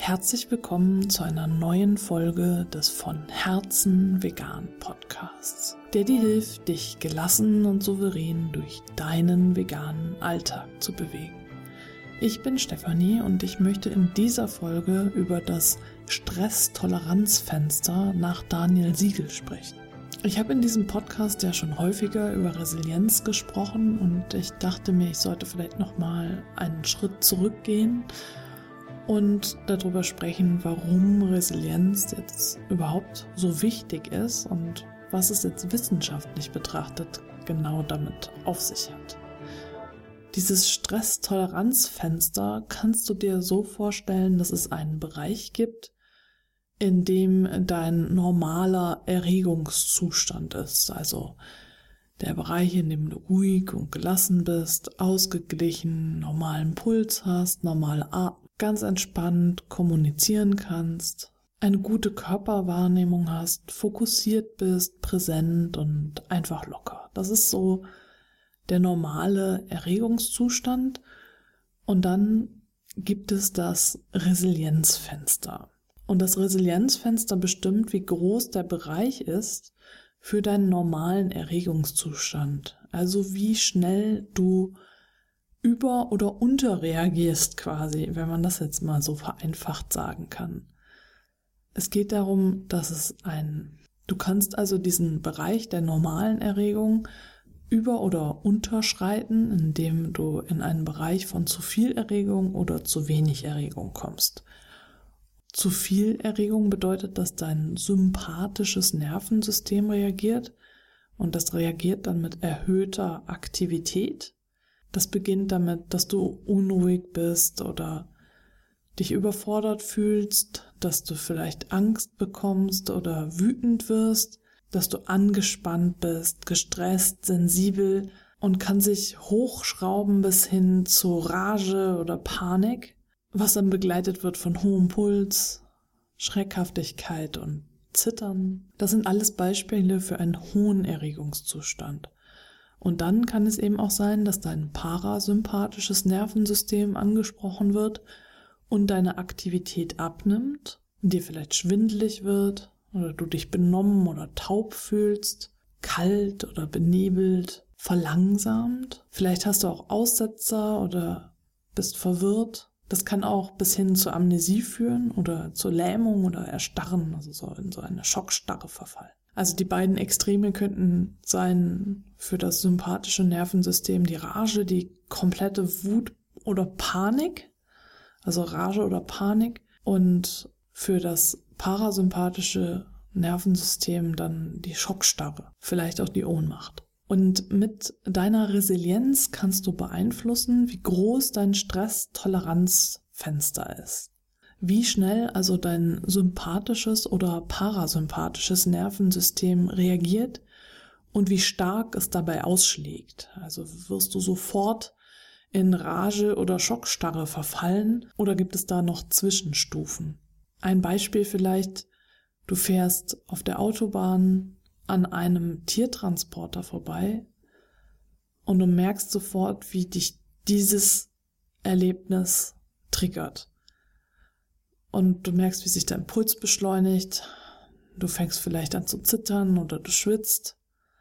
herzlich willkommen zu einer neuen Folge des von Herzen vegan Podcasts, der dir hilft, dich gelassen und souverän durch deinen veganen Alltag zu bewegen. Ich bin Stefanie und ich möchte in dieser Folge über das Stresstoleranzfenster nach Daniel Siegel sprechen. Ich habe in diesem Podcast ja schon häufiger über Resilienz gesprochen und ich dachte mir, ich sollte vielleicht nochmal einen Schritt zurückgehen und darüber sprechen, warum Resilienz jetzt überhaupt so wichtig ist und was es jetzt wissenschaftlich betrachtet genau damit auf sich hat. Dieses Stresstoleranzfenster kannst du dir so vorstellen, dass es einen Bereich gibt, in dem dein normaler Erregungszustand ist, also der Bereich, in dem du ruhig und gelassen bist, ausgeglichen, normalen Puls hast, normale Atmung, ganz entspannt kommunizieren kannst, eine gute Körperwahrnehmung hast, fokussiert bist, präsent und einfach locker. Das ist so der normale Erregungszustand. Und dann gibt es das Resilienzfenster. Und das Resilienzfenster bestimmt, wie groß der Bereich ist für deinen normalen Erregungszustand. Also wie schnell du über- oder unterreagierst quasi, wenn man das jetzt mal so vereinfacht sagen kann. Es geht darum, dass du kannst also diesen Bereich der normalen Erregung über- oder unterschreiten, indem du in einen Bereich von zu viel Erregung oder zu wenig Erregung kommst. Zu viel Erregung bedeutet, dass dein sympathisches Nervensystem reagiert und das reagiert dann mit erhöhter Aktivität. Das beginnt damit, dass du unruhig bist oder dich überfordert fühlst, dass du vielleicht Angst bekommst oder wütend wirst, dass du angespannt bist, gestresst, sensibel und kann sich hochschrauben bis hin zu Rage oder Panik, was dann begleitet wird von hohem Puls, Schreckhaftigkeit und Zittern. Das sind alles Beispiele für einen hohen Erregungszustand. Und dann kann es eben auch sein, dass dein parasympathisches Nervensystem angesprochen wird und deine Aktivität abnimmt, dir vielleicht schwindelig wird oder du dich benommen oder taub fühlst, kalt oder benebelt, verlangsamt. Vielleicht hast du auch Aussetzer oder bist verwirrt. Das kann auch bis hin zur Amnesie führen oder zur Lähmung oder Erstarren, also so in so eine Schockstarre verfallen. Also die beiden Extreme könnten sein für das sympathische Nervensystem die Rage, die komplette Wut oder Panik, also Rage oder Panik, und für das parasympathische Nervensystem dann die Schockstarre, vielleicht auch die Ohnmacht. Und mit deiner Resilienz kannst du beeinflussen, wie groß dein Stresstoleranzfenster ist. Wie schnell also dein sympathisches oder parasympathisches Nervensystem reagiert und wie stark es dabei ausschlägt. Also wirst du sofort in Rage oder Schockstarre verfallen oder gibt es da noch Zwischenstufen? Ein Beispiel vielleicht, du fährst auf der Autobahn an einem Tiertransporter vorbei und du merkst sofort, wie dich dieses Erlebnis triggert. Und du merkst, wie sich dein Puls beschleunigt, du fängst vielleicht an zu zittern oder du schwitzt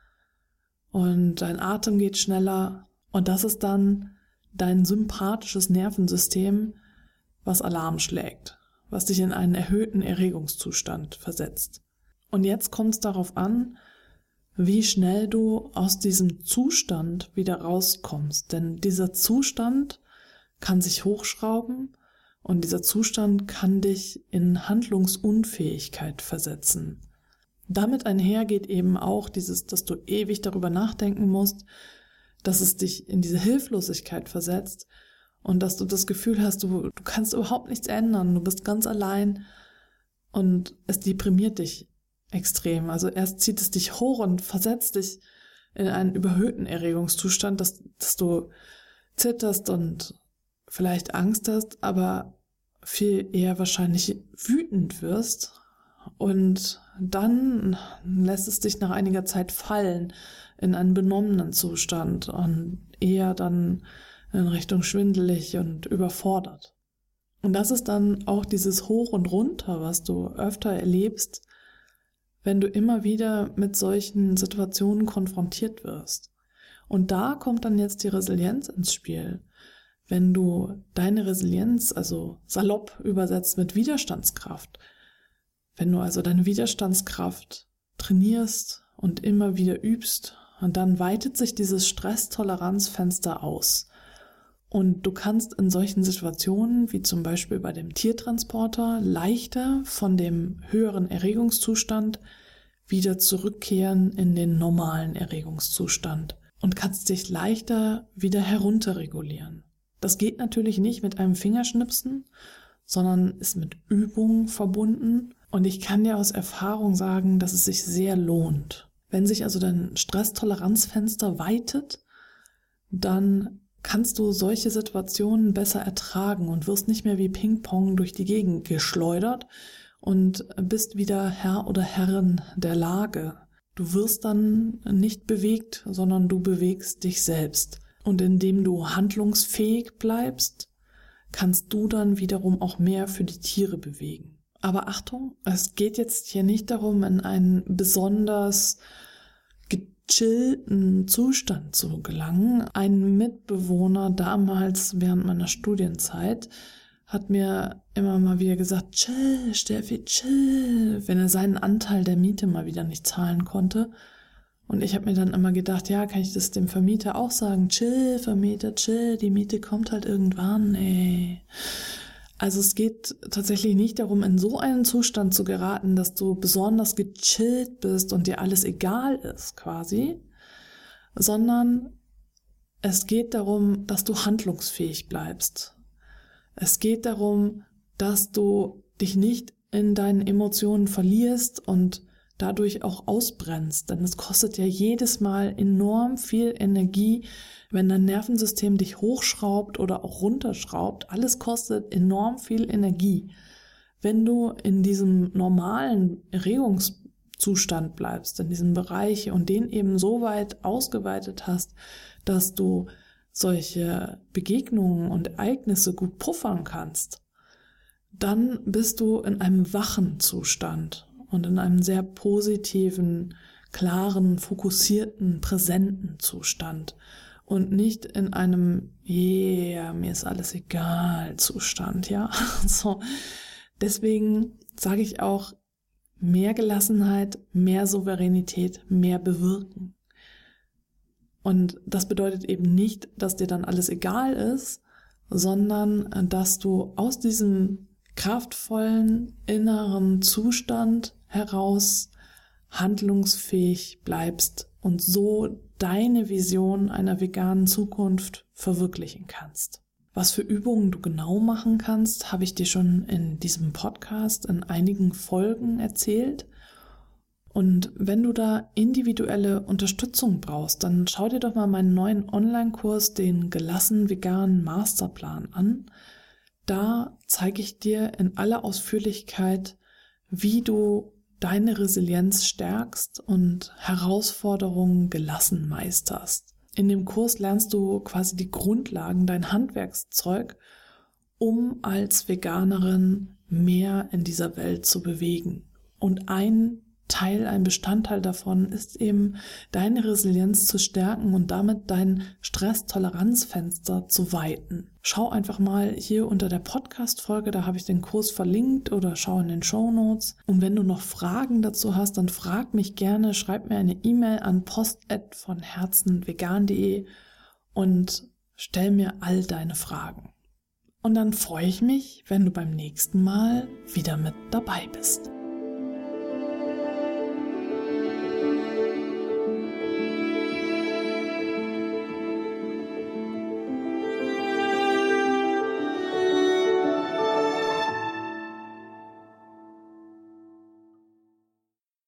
und dein Atem geht schneller und das ist dann dein sympathisches Nervensystem, was Alarm schlägt, was dich in einen erhöhten Erregungszustand versetzt. Und jetzt kommt es darauf an, wie schnell du aus diesem Zustand wieder rauskommst, denn dieser Zustand kann sich hochschrauben und dieser Zustand kann dich in Handlungsunfähigkeit versetzen. Damit einher geht eben auch dass du ewig darüber nachdenken musst, dass es dich in diese Hilflosigkeit versetzt und dass du das Gefühl hast, du kannst überhaupt nichts ändern, du bist ganz allein und es deprimiert dich extrem. Also erst zieht es dich hoch und versetzt dich in einen überhöhten Erregungszustand, dass du zitterst und vielleicht Angst hast, aber viel eher wahrscheinlich wütend wirst und dann lässt es dich nach einiger Zeit fallen in einen benommenen Zustand und eher dann in Richtung schwindelig und überfordert. Und das ist dann auch dieses Hoch und Runter, was du öfter erlebst, wenn du immer wieder mit solchen Situationen konfrontiert wirst. Und da kommt dann jetzt die Resilienz ins Spiel. Wenn du deine Resilienz, also salopp übersetzt mit Widerstandskraft, wenn du also deine Widerstandskraft trainierst und immer wieder übst, und dann weitet sich dieses Stresstoleranzfenster aus. Und du kannst in solchen Situationen, wie zum Beispiel bei dem Tiertransporter, leichter von dem höheren Erregungszustand wieder zurückkehren in den normalen Erregungszustand und kannst dich leichter wieder herunterregulieren. Das geht natürlich nicht mit einem Fingerschnipsen, sondern ist mit Übung verbunden. Und ich kann dir aus Erfahrung sagen, dass es sich sehr lohnt. Wenn sich also dein Stresstoleranzfenster weitet, dann kannst du solche Situationen besser ertragen und wirst nicht mehr wie Ping-Pong durch die Gegend geschleudert und bist wieder Herr oder Herrin der Lage. Du wirst dann nicht bewegt, sondern du bewegst dich selbst. Und indem du handlungsfähig bleibst, kannst du dann wiederum auch mehr für die Tiere bewegen. Aber Achtung, es geht jetzt hier nicht darum, in einen besonders gechillten Zustand zu gelangen. Ein Mitbewohner damals während meiner Studienzeit hat mir immer mal wieder gesagt, chill, Steffi, chill, wenn er seinen Anteil der Miete mal wieder nicht zahlen konnte. Und ich habe mir dann immer gedacht, ja, kann ich das dem Vermieter auch sagen? Chill, Vermieter, chill, die Miete kommt halt irgendwann, ey. Also es geht tatsächlich nicht darum, in so einen Zustand zu geraten, dass du besonders gechillt bist und dir alles egal ist quasi, sondern es geht darum, dass du handlungsfähig bleibst. Es geht darum, dass du dich nicht in deinen Emotionen verlierst und dadurch auch ausbrennst, denn es kostet ja jedes Mal enorm viel Energie, wenn dein Nervensystem dich hochschraubt oder auch runterschraubt. Alles kostet enorm viel Energie. Wenn du in diesem normalen Erregungszustand bleibst, in diesem Bereich und den eben so weit ausgeweitet hast, dass du solche Begegnungen und Ereignisse gut puffern kannst, dann bist du in einem wachen Zustand und in einem sehr positiven, klaren, fokussierten, präsenten Zustand und nicht in einem mir ist alles egal Zustand, ja. So. Deswegen sage ich auch, mehr Gelassenheit, mehr Souveränität, mehr bewirken. Und das bedeutet eben nicht, dass dir dann alles egal ist, sondern dass du aus diesem kraftvollen inneren Zustand heraus handlungsfähig bleibst und so deine Vision einer veganen Zukunft verwirklichen kannst. Was für Übungen du genau machen kannst, habe ich dir schon in diesem Podcast in einigen Folgen erzählt. Und wenn du da individuelle Unterstützung brauchst, dann schau dir doch mal meinen neuen Online-Kurs, den Gelassen Veganen Masterplan an. Da zeige ich dir in aller Ausführlichkeit, wie du deine Resilienz stärkst und Herausforderungen gelassen meisterst. In dem Kurs lernst du quasi die Grundlagen, dein Handwerkszeug, um als Veganerin mehr in dieser Welt zu bewegen. Und ein Bestandteil davon ist eben, deine Resilienz zu stärken und damit dein Stresstoleranzfenster zu weiten. Schau einfach mal hier unter der Podcast-Folge, da habe ich den Kurs verlinkt, oder schau in den Shownotes. Und wenn du noch Fragen dazu hast, dann frag mich gerne, schreib mir eine E-Mail an post@vonherzenvegan.de und stell mir all deine Fragen. Und dann freue ich mich, wenn du beim nächsten Mal wieder mit dabei bist.